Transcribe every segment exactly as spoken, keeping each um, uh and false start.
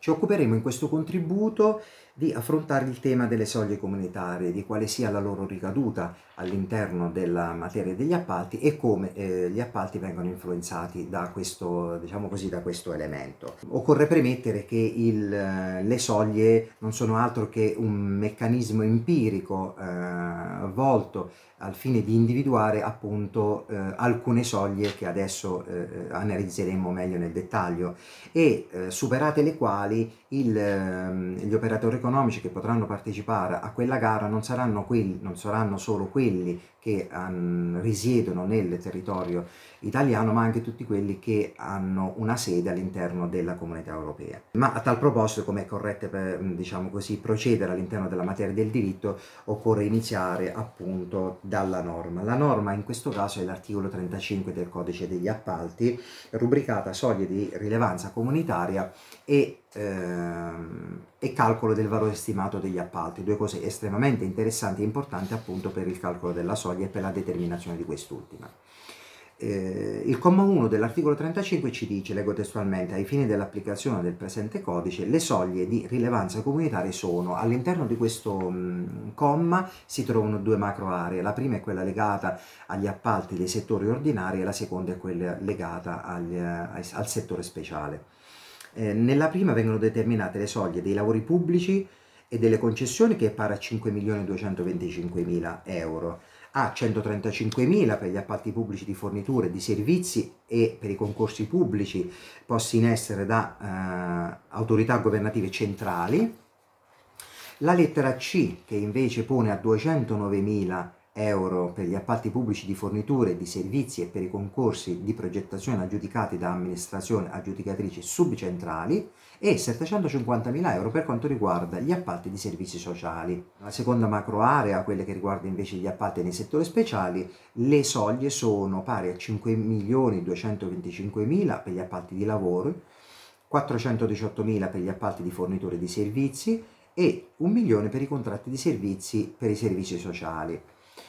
Ci occuperemo in questo contributo di affrontare il tema delle soglie comunitarie, di quale sia la loro ricaduta all'interno della materia degli appalti e come eh, gli appalti vengono influenzati da questo, diciamo così, da questo elemento. Occorre premettere che il, le soglie non sono altro che un meccanismo empirico eh, volto al fine di individuare appunto eh, alcune soglie che adesso eh, analizzeremo meglio nel dettaglio e eh, superate le quali il, eh, gli operatori economici che potranno partecipare a quella gara non saranno, quelli, non saranno solo quelli che um, risiedono nel territorio italiano, ma anche tutti quelli che hanno una sede all'interno della Comunità Europea. Ma a tal proposito, come è corretto per, diciamo così, procedere all'interno della materia del diritto, occorre iniziare appunto dalla norma. La norma in questo caso è l'articolo trentacinque del Codice degli Appalti, rubricata soglie di rilevanza comunitaria e, ehm, e calcolo del valore stimato degli appalti, due cose estremamente interessanti e importanti appunto per il calcolo della soglia e per la determinazione di quest'ultima. Eh, il comma uno dell'articolo trentacinque ci dice, leggo testualmente, ai fini dell'applicazione del presente codice, le soglie di rilevanza comunitaria sono, all'interno di questo mh, comma si trovano due macro aree, la prima è quella legata agli appalti dei settori ordinari e la seconda è quella legata agli, eh, al settore speciale. Eh, nella prima vengono determinate le soglie dei lavori pubblici e delle concessioni, che è pari a cinque milioni duecentoventicinquemila euro, a centotrentacinquemila per gli appalti pubblici di forniture e di servizi e per i concorsi pubblici posti in essere da eh, autorità governative centrali. La lettera C, che invece pone a duecentonovemila euro per gli appalti pubblici di forniture, di servizi e per i concorsi di progettazione aggiudicati da amministrazioni aggiudicatrici subcentrali, e settecentocinquantamila euro per quanto riguarda gli appalti di servizi sociali. La seconda macro area, quelle che riguarda invece gli appalti nei settori speciali, le soglie sono pari a cinque milioni duecentoventicinquemila per gli appalti di lavoro, quattrocentodiciottomila per gli appalti di forniture di servizi e un milione per i contratti di servizi per i servizi sociali.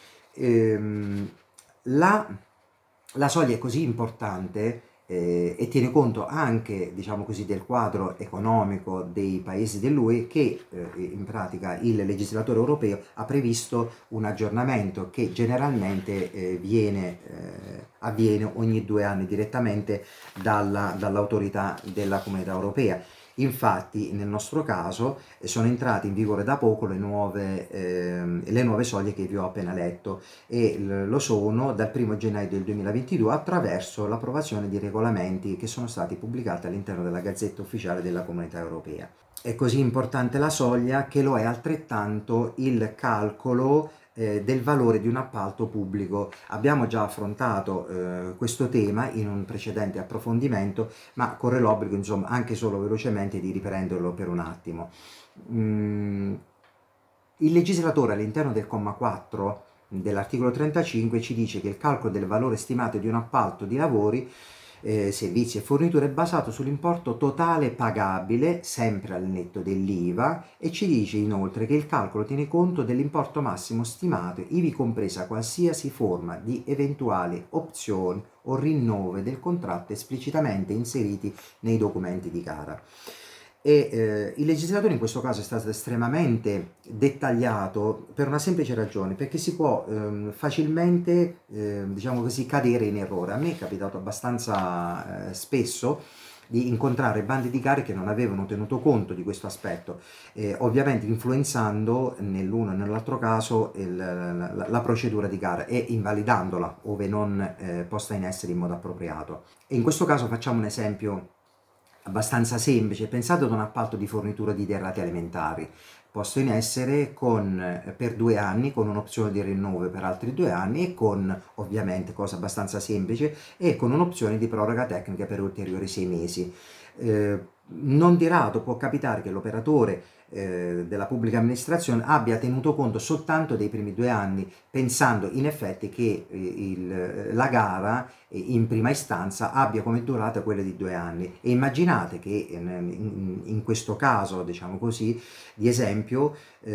Ehm, la, la soglia è così importante eh, e tiene conto anche, diciamo così, del quadro economico dei paesi dell'U E che eh, in pratica il legislatore europeo ha previsto un aggiornamento che generalmente eh, viene, eh, avviene ogni due anni direttamente dalla, dall'autorità della Comunità Europea. Infatti nel nostro caso sono entrate in vigore da poco le nuove, eh, le nuove soglie che vi ho appena letto e lo sono dal primo gennaio del duemilaventidue attraverso l'approvazione di regolamenti che sono stati pubblicati all'interno della Gazzetta Ufficiale della Comunità Europea. È così importante la soglia che lo è altrettanto il calcolo eh, del valore di un appalto pubblico. Abbiamo già affrontato eh, questo tema in un precedente approfondimento, ma corre l'obbligo, insomma, anche solo velocemente di riprenderlo per un attimo. Mm, il legislatore all'interno del comma quattro dell'articolo trentacinque ci dice che il calcolo del valore stimato di un appalto di lavori, Eh, servizi e forniture è basato sull'importo totale pagabile, sempre al netto dell'I V A, e ci dice inoltre che il calcolo tiene conto dell'importo massimo stimato, ivi compresa qualsiasi forma di eventuali opzioni o rinnovo del contratto esplicitamente inseriti nei documenti di gara. E eh, il legislatore in questo caso è stato estremamente dettagliato per una semplice ragione, perché si può ehm, facilmente, eh, diciamo così, cadere in errore. A me è capitato abbastanza eh, spesso di incontrare bandi di gare che non avevano tenuto conto di questo aspetto, eh, ovviamente influenzando nell'uno e nell'altro caso il, la, la procedura di gara e invalidandola ove non eh, posta in essere in modo appropriato. E in questo caso facciamo un esempio abbastanza semplice. Pensate ad un appalto di fornitura di derrate alimentari posto in essere con, per due anni con un'opzione di rinnovo per altri due anni e con, ovviamente, cosa abbastanza semplice, e con un'opzione di proroga tecnica per ulteriori sei mesi. Eh, non di rado può capitare che l'operatore eh, della pubblica amministrazione abbia tenuto conto soltanto dei primi due anni, pensando in effetti che eh, il, la gara eh, in prima istanza abbia come durata quella di due anni. E immaginate che in, in, in questo caso, diciamo così, di esempio,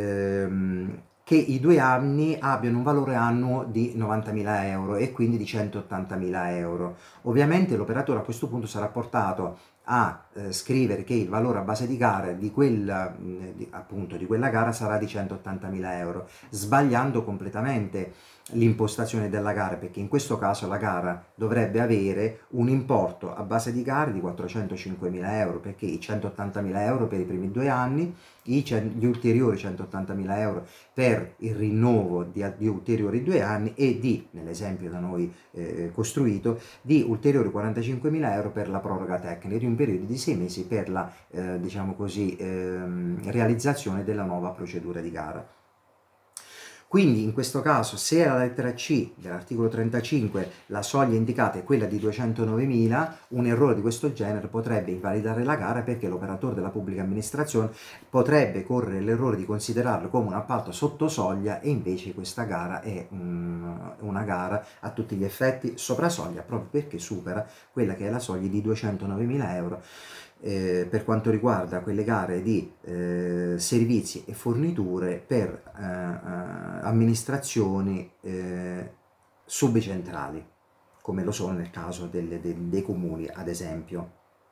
ehm, che i due anni abbiano un valore annuo di novantamila euro e quindi di centottantamila euro. Ovviamente l'operatore a questo punto sarà portato a eh, scrivere che il valore a base di gara di quella, mh, di, appunto, di quella gara sarà di centottantamila euro, sbagliando completamente l'impostazione della gara, perché in questo caso la gara dovrebbe avere un importo a base di gare di quattrocentocinquemila euro, perché i centottantamila euro per i primi due anni, i, gli ulteriori centottantamila euro per il rinnovo di, di ulteriori due anni e di, nell'esempio da noi eh, costruito, di ulteriori quarantacinquemila euro per la proroga tecnica di un periodo di sei mesi per la eh, diciamo così, ehm, realizzazione della nuova procedura di gara. Quindi in questo caso, se alla lettera C dell'articolo trentacinque la soglia indicata è quella di duecentonovemila, un errore di questo genere potrebbe invalidare la gara, perché l'operatore della pubblica amministrazione potrebbe correre l'errore di considerarlo come un appalto sotto soglia, e invece questa gara è um, una gara a tutti gli effetti sopra soglia, proprio perché supera quella che è la soglia di duecentonovemila euro. Eh, per quanto riguarda quelle gare di eh, servizi e forniture per eh, eh, amministrazioni eh, subcentrali, come lo sono nel caso delle, de, dei comuni, ad esempio.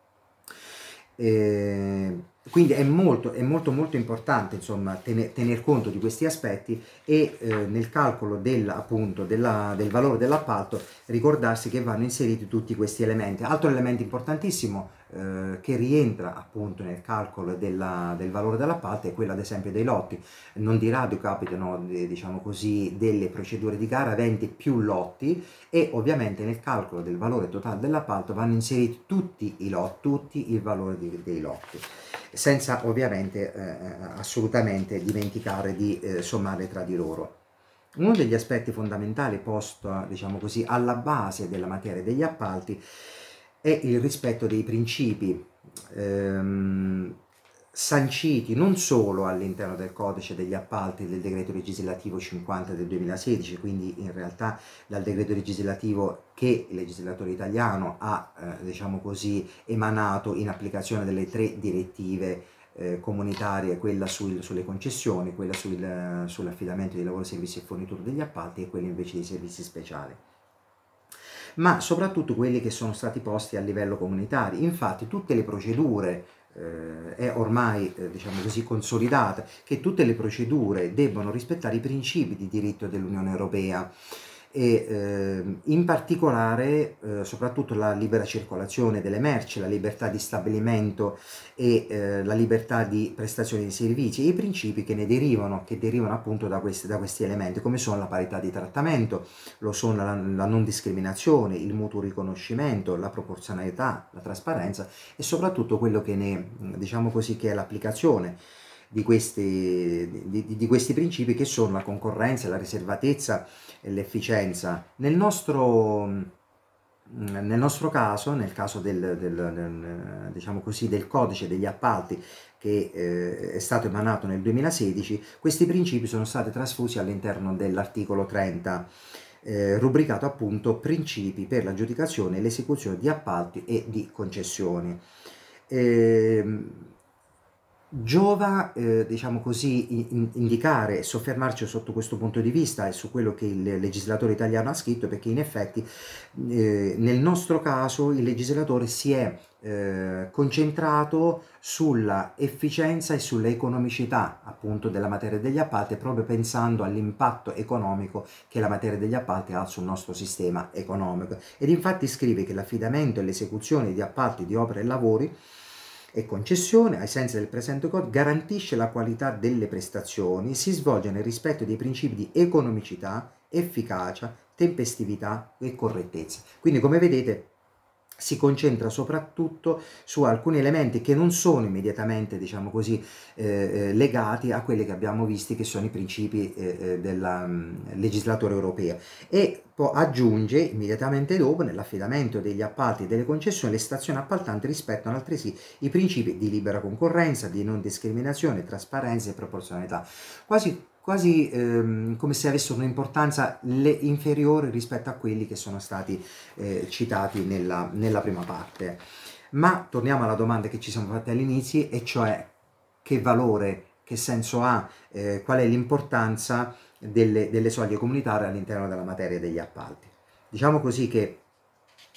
Eh, quindi è molto, è molto molto importante, insomma, tener, tener conto di questi aspetti, e eh, nel calcolo del, appunto, della, del valore dell'appalto ricordarsi che vanno inseriti tutti questi elementi. Altro elemento importantissimo eh, che rientra appunto nel calcolo della, del valore dell'appalto è quello ad esempio dei lotti. Non di rado capitano, diciamo così, delle procedure di gara aventi più lotti, e ovviamente nel calcolo del valore totale dell'appalto vanno inseriti tutti i lotti, tutti il valore di, dei lotti, senza ovviamente eh, assolutamente dimenticare di eh, sommare tra di loro. Uno degli aspetti fondamentali posto, diciamo così, alla base della materia degli appalti è il rispetto dei principi ehm, sanciti non solo all'interno del codice degli appalti del decreto legislativo cinquanta del duemilasedici, quindi in realtà dal decreto legislativo che il legislatore italiano ha eh, diciamo così emanato in applicazione delle tre direttive eh, comunitarie, quella sul, sulle concessioni, quella sul, sull'affidamento di lavori, servizi e forniture degli appalti, e quella invece dei servizi speciali, ma soprattutto quelli che sono stati posti a livello comunitario. Infatti tutte le procedure eh, è ormai eh, diciamo così consolidata che tutte le procedure debbono rispettare i principi di diritto dell'Unione Europea, e eh, in particolare eh, soprattutto la libera circolazione delle merci, la libertà di stabilimento e eh, la libertà di prestazione di servizi, e i principi che ne derivano, che derivano appunto da questi, da questi elementi, come sono la parità di trattamento, lo sono la, la non discriminazione, il mutuo riconoscimento, la proporzionalità, la trasparenza, e soprattutto quello che ne, diciamo così, che è l'applicazione di questi, di, di, di questi principi, che sono la concorrenza, la riservatezza e l'efficienza. Nel nostro, nel nostro caso, nel caso del, del, del, diciamo così, del codice degli appalti che eh, è stato emanato nel duemilasedici, questi principi sono stati trasfusi all'interno dell'articolo trenta, eh, rubricato appunto principi per l'aggiudicazione e l'esecuzione di appalti e di concessioni. Eh, Giova, eh, diciamo così, in, indicare e soffermarci sotto questo punto di vista e su quello che il legislatore italiano ha scritto, perché in effetti eh, nel nostro caso il legislatore si è eh, concentrato sulla efficienza e sulla economicità appunto della materia degli appalti, proprio pensando all'impatto economico che la materia degli appalti ha sul nostro sistema economico. Ed infatti scrive che l'affidamento e l'esecuzione di appalti di opere e lavori e concessione, ai sensi del presente codice, garantisce la qualità delle prestazioni, si svolge nel rispetto dei principi di economicità, efficacia, tempestività e correttezza. Quindi, come vedete, si concentra soprattutto su alcuni elementi che non sono immediatamente, diciamo così, eh, legati a quelli che abbiamo visti, che sono i principi eh, del um, legislatore europeo, e poi aggiunge immediatamente dopo: nell'affidamento degli appalti e delle concessioni, le stazioni appaltanti rispettano altresì i principi di libera concorrenza, di non discriminazione, trasparenza e proporzionalità, quasi quasi ehm, come se avessero un'importanza inferiore rispetto a quelli che sono stati eh, citati nella, nella prima parte. Ma torniamo alla domanda che ci siamo fatti all'inizio, e cioè che valore, che senso ha, eh, qual è l'importanza delle, delle soglie comunitarie all'interno della materia degli appalti. Diciamo così che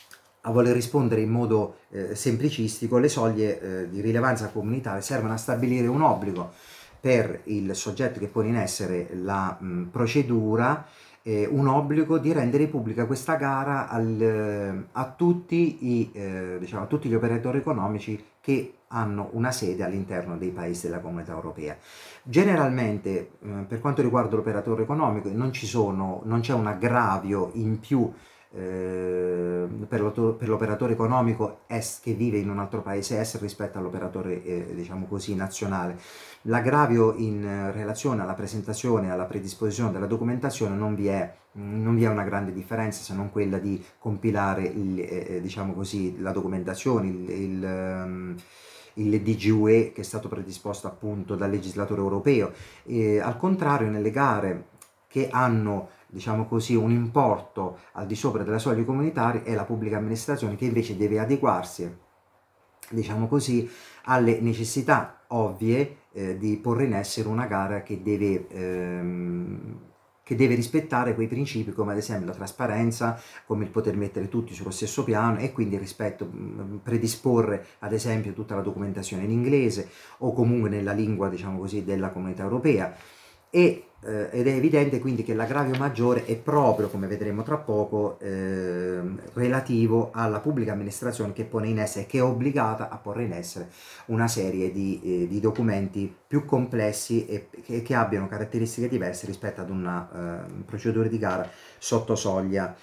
a voler rispondere in modo eh, semplicistico, le soglie eh, di rilevanza comunitaria servono a stabilire un obbligo per il soggetto che pone in essere la mh, procedura, eh, un obbligo di rendere pubblica questa gara al, a, tutti i, eh, diciamo, a tutti gli operatori economici che hanno una sede all'interno dei paesi della Comunità Europea. Generalmente, eh, per quanto riguarda l'operatore economico, non ci sono, non c'è un aggravio in più eh, per l'operatore economico est che vive in un altro paese est rispetto all'operatore eh, diciamo così nazionale. L'aggravio in relazione alla presentazione e alla predisposizione della documentazione non vi è, non vi è una grande differenza, se non quella di compilare il, eh, diciamo così, la documentazione, il, il, um, il D G U E che è stato predisposto appunto dal legislatore europeo. E, al contrario, nelle gare che hanno, diciamo così, un importo al di sopra della soglia comunitaria, è la pubblica amministrazione che invece deve adeguarsi, diciamo così, alle necessità ovvie eh, di porre in essere una gara che deve, ehm, che deve rispettare quei principi come ad esempio la trasparenza, come il poter mettere tutti sullo stesso piano e quindi rispetto, predisporre ad esempio tutta la documentazione in inglese o comunque nella lingua, diciamo così, della Comunità Europea. E, eh, ed è evidente quindi che l'aggravio maggiore è proprio, come vedremo tra poco, eh, relativo alla pubblica amministrazione che pone in essere, che è obbligata a porre in essere una serie di, eh, di documenti più complessi e che, che abbiano caratteristiche diverse rispetto ad una eh, procedura di gara sotto soglia.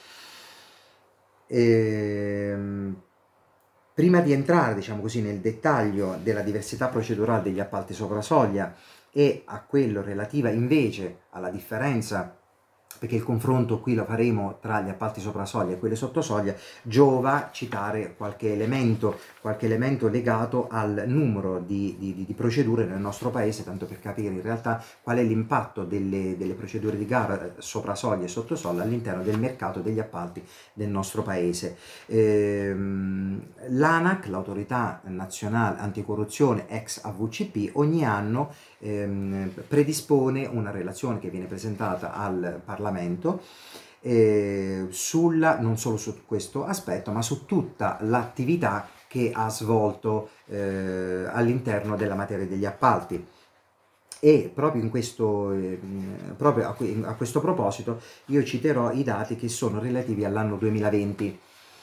Ehm, prima di entrare, diciamo così, nel dettaglio della diversità procedurale degli appalti sopra soglia e a quello relativa invece alla differenza, perché il confronto qui lo faremo tra gli appalti sopra soglia e quelli sotto soglia, giova citare qualche elemento, qualche elemento legato al numero di, di, di procedure nel nostro paese, tanto per capire in realtà qual è l'impatto delle, delle procedure di gara sopra soglia e sotto soglia all'interno del mercato degli appalti del nostro paese. Ehm, L'ANAC, l'autorità nazionale anticorruzione ex A V C P, ogni anno ehm, predispone una relazione che viene presentata al Parlamento eh, sulla, non solo su questo aspetto, ma su tutta l'attività che ha svolto eh, all'interno della materia degli appalti. E proprio, in questo, eh, proprio a, a questo proposito io citerò i dati che sono relativi all'anno duemilaventi.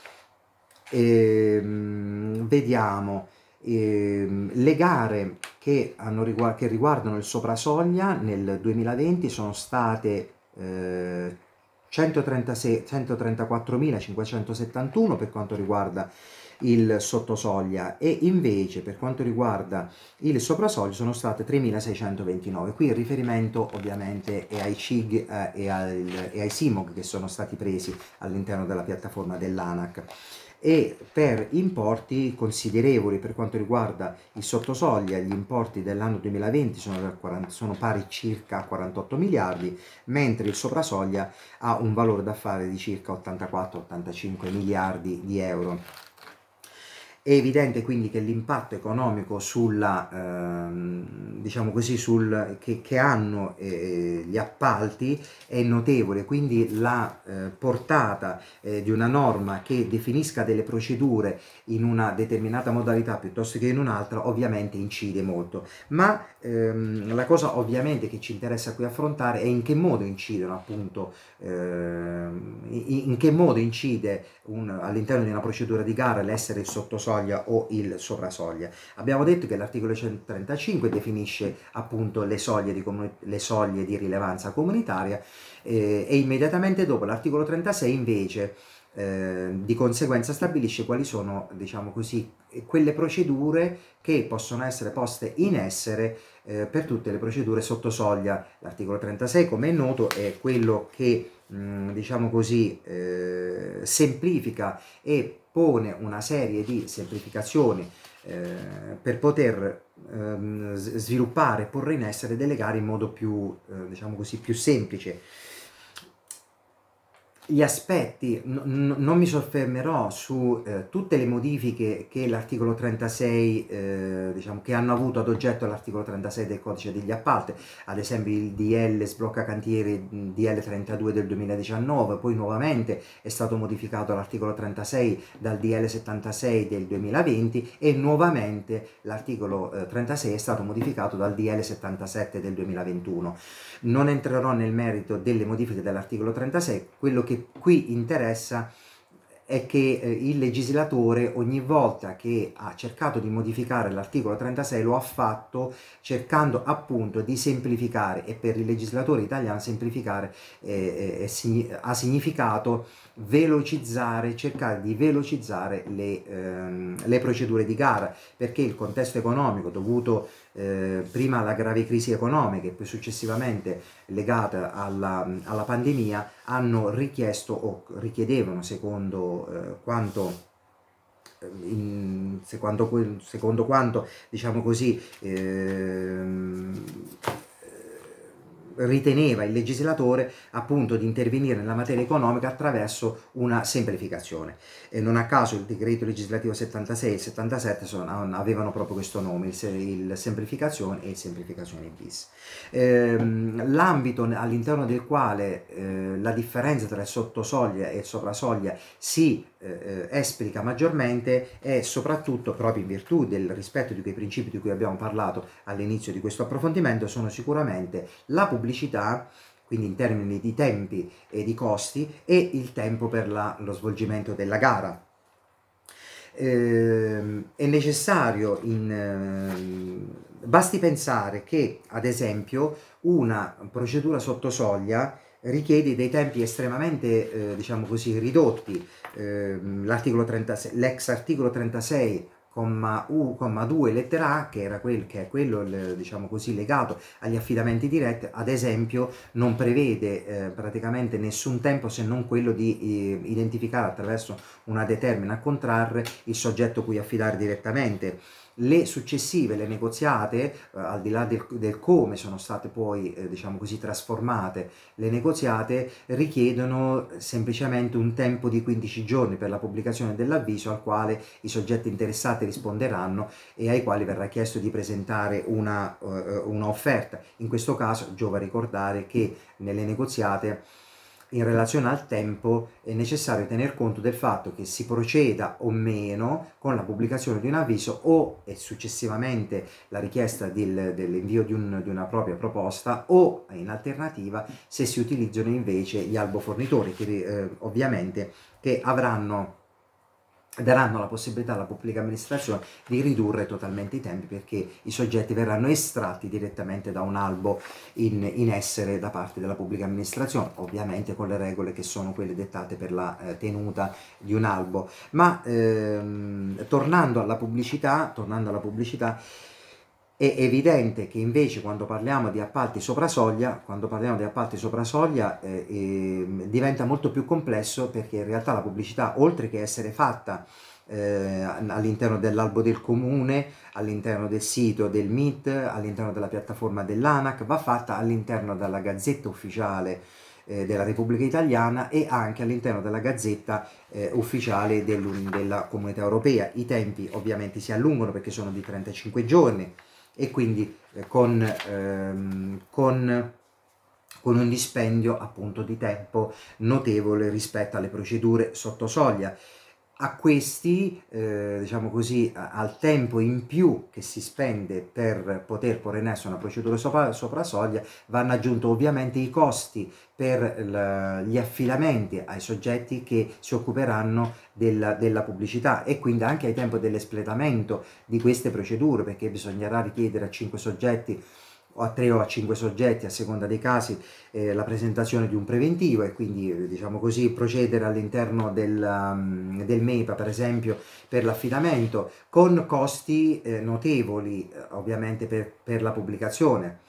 E, mh, vediamo eh, le gare che, hanno riguard che riguardano il soprasoglia nel duemilaventi sono state eh, centotrentaquattromilacinquecentosettantuno per quanto riguarda il sottosoglia, e invece per quanto riguarda il soprasoglia sono state tremilaseicentoventinove. Qui il riferimento ovviamente è ai C I G eh, e, al, e ai S I M O G che sono stati presi all'interno della piattaforma dell'ANAC, e per importi considerevoli. Per quanto riguarda il sottosoglia, gli importi dell'anno duemilaventi sono, sono pari circa a quarantotto miliardi, mentre il soprasoglia ha un valore d'affari di circa ottantaquattro ottantacinque miliardi di euro. È evidente quindi che l'impatto economico sulla, ehm, diciamo così, sul, che, che hanno eh, gli appalti è notevole, quindi la eh, portata eh, di una norma che definisca delle procedure in una determinata modalità piuttosto che in un'altra ovviamente incide molto. Ma ehm, la cosa ovviamente che ci interessa qui affrontare è in che modo incidono appunto, ehm, in, in che modo incide all'interno di una procedura di gara l'essere il sottosoglia o il soprasoglia. Abbiamo detto che l'articolo centotrentacinque definisce appunto le soglie di, le soglie di rilevanza comunitaria eh, e immediatamente dopo l'articolo trentasei invece eh, di conseguenza stabilisce quali sono, diciamo così, quelle procedure che possono essere poste in essere eh, per tutte le procedure sotto soglia. L'articolo trentasei, come è noto, è quello che mh, diciamo così eh, semplifica e pone una serie di semplificazioni eh, per poter ehm, sviluppare, porre in essere delle gare in modo più, eh, diciamo così, più semplice. gli aspetti, n- n- non mi soffermerò su eh, tutte le modifiche che l'articolo trentasei, eh, diciamo, che hanno avuto ad oggetto l'articolo trentasei del codice degli appalti, ad esempio il D L sblocca cantieri D L trentadue del duemiladiciannove, poi nuovamente è stato modificato l'articolo trentasei dal D L settantasei del duemilaventi e nuovamente l'articolo eh, trentasei è stato modificato dal D L settantasette del duemilaventuno. Non entrerò nel merito delle modifiche dell'articolo trentasei, quello che qui interessa è che eh, il legislatore ogni volta che ha cercato di modificare l'articolo trentasei lo ha fatto cercando appunto di semplificare, e per il legislatore italiano semplificare eh, eh, ha significato velocizzare, cercare di velocizzare le, ehm, le procedure di gara, perché il contesto economico dovuto eh, prima alla grave crisi economica e poi successivamente legata alla, alla pandemia hanno richiesto o richiedevano, secondo eh, quanto in, secondo, secondo quanto diciamo così ehm, riteneva il legislatore, appunto, di intervenire nella materia economica attraverso una semplificazione. E non a caso il decreto legislativo settantasei e il settantasette sono, avevano proprio questo nome, il, il semplificazione e il semplificazione bis. Ehm, l'ambito all'interno del quale eh, la differenza tra il sottosoglia e il soprasoglia si eh, esplica maggiormente è soprattutto proprio in virtù del rispetto di quei principi di cui abbiamo parlato all'inizio di questo approfondimento, sono sicuramente la pubblicità, quindi in termini di tempi e di costi, e il tempo per la, lo svolgimento della gara. Eh, è necessario, in, eh, basti pensare che ad esempio una procedura sotto soglia richiede dei tempi estremamente eh, diciamo così ridotti. Eh, l'articolo trentasei, l'ex articolo trentasei comma U, comma due, lettera A, che era quel, che è quello il, diciamo così legato agli affidamenti diretti, ad esempio non prevede eh, praticamente nessun tempo se non quello di eh, identificare attraverso una determina a contrarre il soggetto cui affidare direttamente. Le successive, le negoziate, eh, al di là del, del come sono state poi eh, diciamo così trasformate le negoziate, richiedono semplicemente un tempo di quindici giorni per la pubblicazione dell'avviso al quale i soggetti interessati risponderanno e ai quali verrà chiesto di presentare una, uh, una offerta. In questo caso giova ricordare che nelle negoziate, in relazione al tempo, è necessario tener conto del fatto che si proceda o meno con la pubblicazione di un avviso o e successivamente la richiesta del, dell'invio di, un, di una propria proposta, o in alternativa se si utilizzano invece gli albo fornitori che eh, ovviamente che avranno daranno la possibilità alla pubblica amministrazione di ridurre totalmente i tempi, perché i soggetti verranno estratti direttamente da un albo in, in essere da parte della pubblica amministrazione, ovviamente con le regole che sono quelle dettate per la eh, tenuta di un albo. Ma ehm, tornando alla pubblicità, tornando alla pubblicità, è evidente che invece quando parliamo di appalti sopra soglia, quando parliamo di appalti sopra soglia eh, eh, diventa molto più complesso, perché in realtà la pubblicità, oltre che essere fatta eh, all'interno dell'albo del comune, all'interno del sito del M I T, all'interno della piattaforma dell'ANAC, va fatta all'interno della Gazzetta Ufficiale eh, della Repubblica Italiana e anche all'interno della Gazzetta eh, Ufficiale del, della Comunità Europea. I tempi ovviamente si allungano perché sono di trentacinque giorni, e quindi eh, con, ehm, con, con un dispendio appunto di tempo notevole rispetto alle procedure sotto soglia. A questi, eh, diciamo così, al tempo in più che si spende per poter porre in essere una procedura sopra, sopra soglia, vanno aggiunti ovviamente i costi per la, gli affidamenti ai soggetti che si occuperanno della, della pubblicità, e quindi anche ai tempo dell'espletamento di queste procedure, perché bisognerà richiedere a cinque soggetti o a tre o a cinque soggetti, a seconda dei casi, eh, la presentazione di un preventivo, e quindi eh, diciamo così procedere all'interno del, um, del M E P A, per esempio, per l'affidamento, con costi eh, notevoli eh, ovviamente per, per la pubblicazione.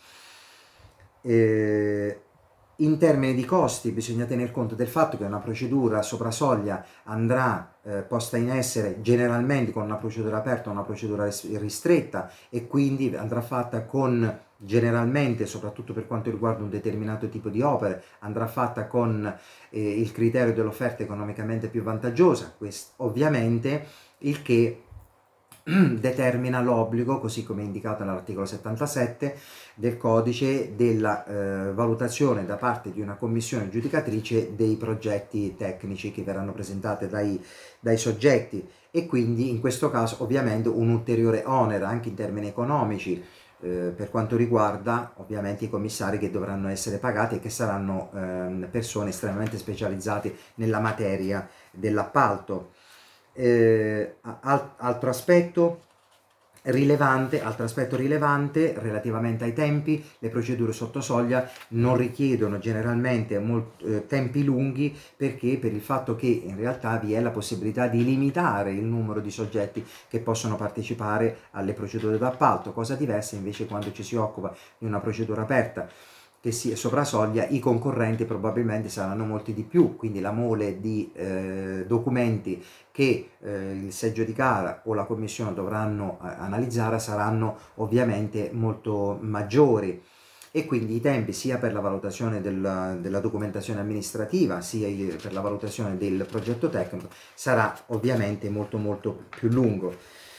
Eh, in termini di costi bisogna tener conto del fatto che una procedura sopra soglia andrà eh, posta in essere generalmente con una procedura aperta o una procedura ristretta, e quindi andrà fatta con generalmente, soprattutto per quanto riguarda un determinato tipo di opere, andrà fatta con eh, il criterio dell'offerta economicamente più vantaggiosa, questo ovviamente, il che determina l'obbligo, così come indicato nell'articolo settantasette del codice, della eh, valutazione da parte di una commissione giudicatrice dei progetti tecnici che verranno presentati dai, dai soggetti, e quindi in questo caso ovviamente un ulteriore onere anche in termini economici eh, per quanto riguarda ovviamente i commissari che dovranno essere pagati e che saranno eh, persone estremamente specializzate nella materia dell'appalto. Eh, al- altro aspetto rilevante, altro aspetto rilevante relativamente ai tempi: le procedure sotto soglia non richiedono generalmente molt, eh, tempi lunghi, perché per il fatto che in realtà vi è la possibilità di limitare il numero di soggetti che possono partecipare alle procedure d'appalto, cosa diversa invece quando ci si occupa di una procedura aperta che sia sopra soglia. I concorrenti probabilmente saranno molti di più, quindi la mole di eh, documenti che eh, il seggio di gara o la commissione dovranno eh, analizzare saranno ovviamente molto maggiori, e quindi i tempi sia per la valutazione del, della documentazione amministrativa sia per la valutazione del progetto tecnico sarà ovviamente molto molto più lungo.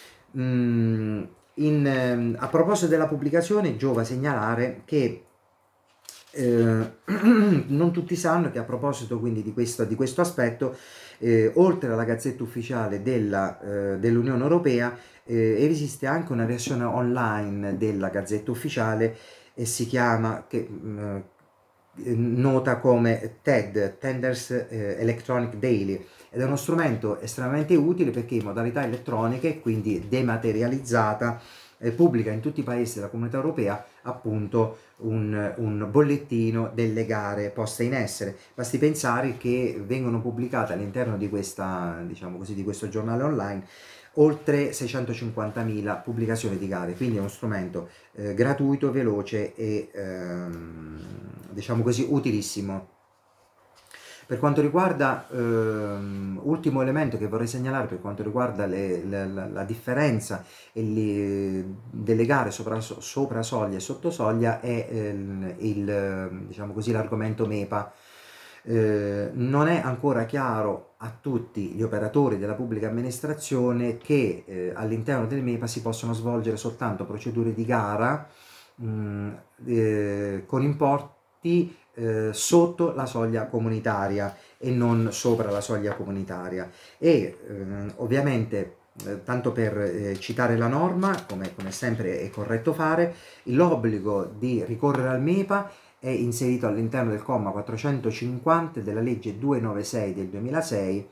Mm, in, ehm, a proposito della pubblicazione, giova segnalare che Eh, non tutti sanno che, a proposito quindi di questo, di questo aspetto, eh, oltre alla Gazzetta Ufficiale della, eh, dell'Unione Europea, eh, esiste anche una versione online della Gazzetta Ufficiale, e si chiama, che, mh, nota come T E D, Tenders eh, Electronic Daily, ed è uno strumento estremamente utile perché in modalità elettroniche, quindi dematerializzata, eh, pubblica in tutti i paesi della Comunità Europea appunto un, un bollettino delle gare poste in essere. Basti pensare che vengono pubblicate all'interno di questa, diciamo così, di questo giornale online oltre seicentocinquantamila pubblicazioni di gare, quindi è uno strumento eh, gratuito, veloce e ehm, diciamo così utilissimo. Per quanto riguarda, ehm, ultimo elemento che vorrei segnalare per quanto riguarda le, le, la, la differenza e le, delle gare sopra, sopra soglia e sotto soglia, è il, il, diciamo così, l'argomento MEPA. Eh, non è ancora chiaro a tutti gli operatori della pubblica amministrazione che eh, all'interno del MEPA si possono svolgere soltanto procedure di gara mh, eh, con importi eh, sotto la soglia comunitaria e non sopra la soglia comunitaria, e ehm, ovviamente eh, tanto per eh, citare la norma, come, come sempre è corretto fare, l'obbligo di ricorrere al MEPA è inserito all'interno del comma quattrocentocinquanta della legge duecentonovantasei del duemilasei,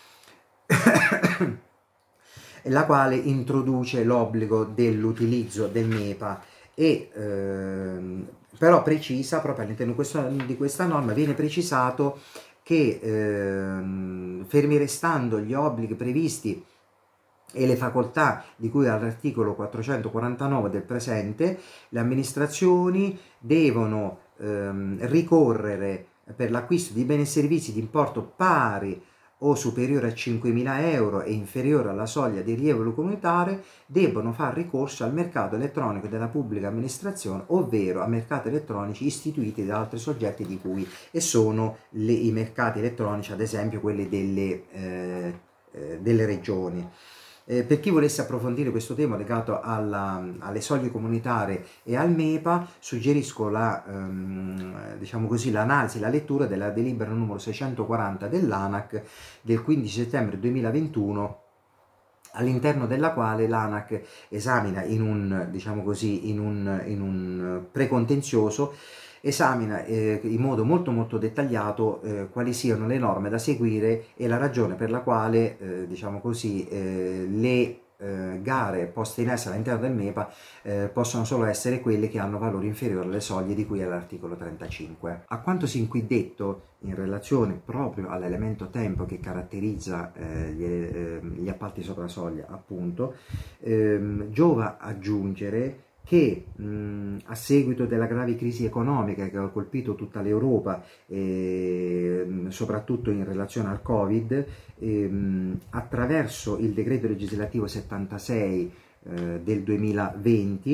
la quale introduce l'obbligo dell'utilizzo del MEPA, e ehm, però precisa, proprio all'interno di questa norma viene precisato che ehm, fermi restando gli obblighi previsti e le facoltà di cui all'articolo quattrocentoquarantanove del presente, le amministrazioni devono ehm, ricorrere per l'acquisto di beni e servizi di importo pari o superiore a cinquemila euro e inferiore alla soglia di rilievo comunitario, debbono fare ricorso al mercato elettronico della pubblica amministrazione, ovvero a mercati elettronici istituiti da altri soggetti di cui e sono le, i mercati elettronici, ad esempio quelli delle, eh, eh, delle regioni. Eh, per chi volesse approfondire questo tema legato alla, alle soglie comunitarie e al MEPA, suggerisco la, ehm, diciamo così, l'analisi, la lettura della delibera numero seicentoquaranta dell'ANAC del quindici settembre duemilaventuno, all'interno della quale l'ANAC esamina in un, diciamo così, in un, in un precontenzioso, esamina eh, in modo molto molto dettagliato eh, quali siano le norme da seguire e la ragione per la quale eh, diciamo così eh, le eh, gare poste in essere all'interno del MEPA eh, possono solo essere quelle che hanno valori inferiori alle soglie di cui all'articolo trentacinque. A quanto sin qui detto in relazione proprio all'elemento tempo che caratterizza eh, gli, eh, gli appalti sopra soglia, appunto, ehm, giova aggiungere che mh, a seguito della grave crisi economica che ha colpito tutta l'Europa, eh, soprattutto in relazione al Covid, ehm, attraverso il decreto legislativo settantasei eh, del duemilaventi,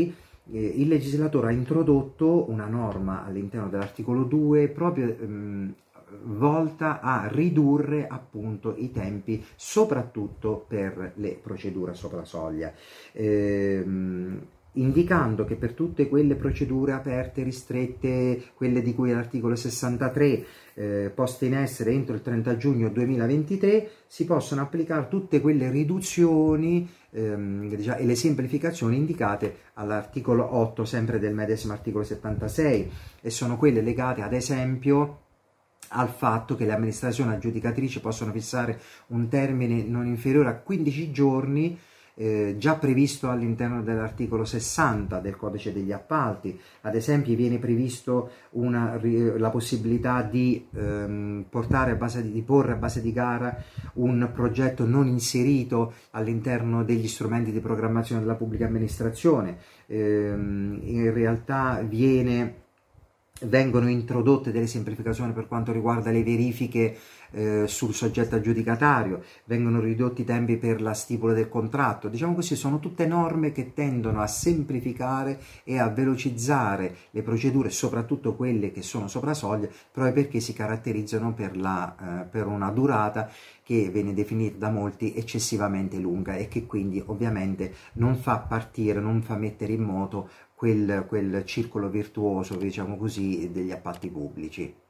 eh, il legislatore ha introdotto una norma all'interno dell'articolo due proprio ehm, volta a ridurre appunto i tempi, soprattutto per le procedure sopra soglia, ehm, indicando che per tutte quelle procedure aperte, ristrette, quelle di cui l'articolo sessantatré, eh, poste in essere entro il trenta giugno duemilaventitré, si possono applicare tutte quelle riduzioni ehm, diciamo, e le semplificazioni indicate all'articolo otto, sempre del medesimo articolo settantasei, e sono quelle legate ad esempio al fatto che le amministrazioni aggiudicatrici possono fissare un termine non inferiore a quindici giorni, eh, già previsto all'interno dell'articolo sessanta del codice degli appalti. Ad esempio viene previsto una, la possibilità di ehm, portare a base di, di porre a base di gara un progetto non inserito all'interno degli strumenti di programmazione della pubblica amministrazione. Ehm, in realtà viene vengono introdotte delle semplificazioni per quanto riguarda le verifiche eh, sul soggetto aggiudicatario, vengono ridotti i tempi per la stipula del contratto. Diciamo così, sono tutte norme che tendono a semplificare e a velocizzare le procedure, soprattutto quelle che sono sopra soglia, proprio perché si caratterizzano per, la, eh, per una durata che viene definita da molti eccessivamente lunga e che quindi ovviamente non fa partire, non fa mettere in moto quel, quel circolo virtuoso, diciamo così, degli appalti pubblici.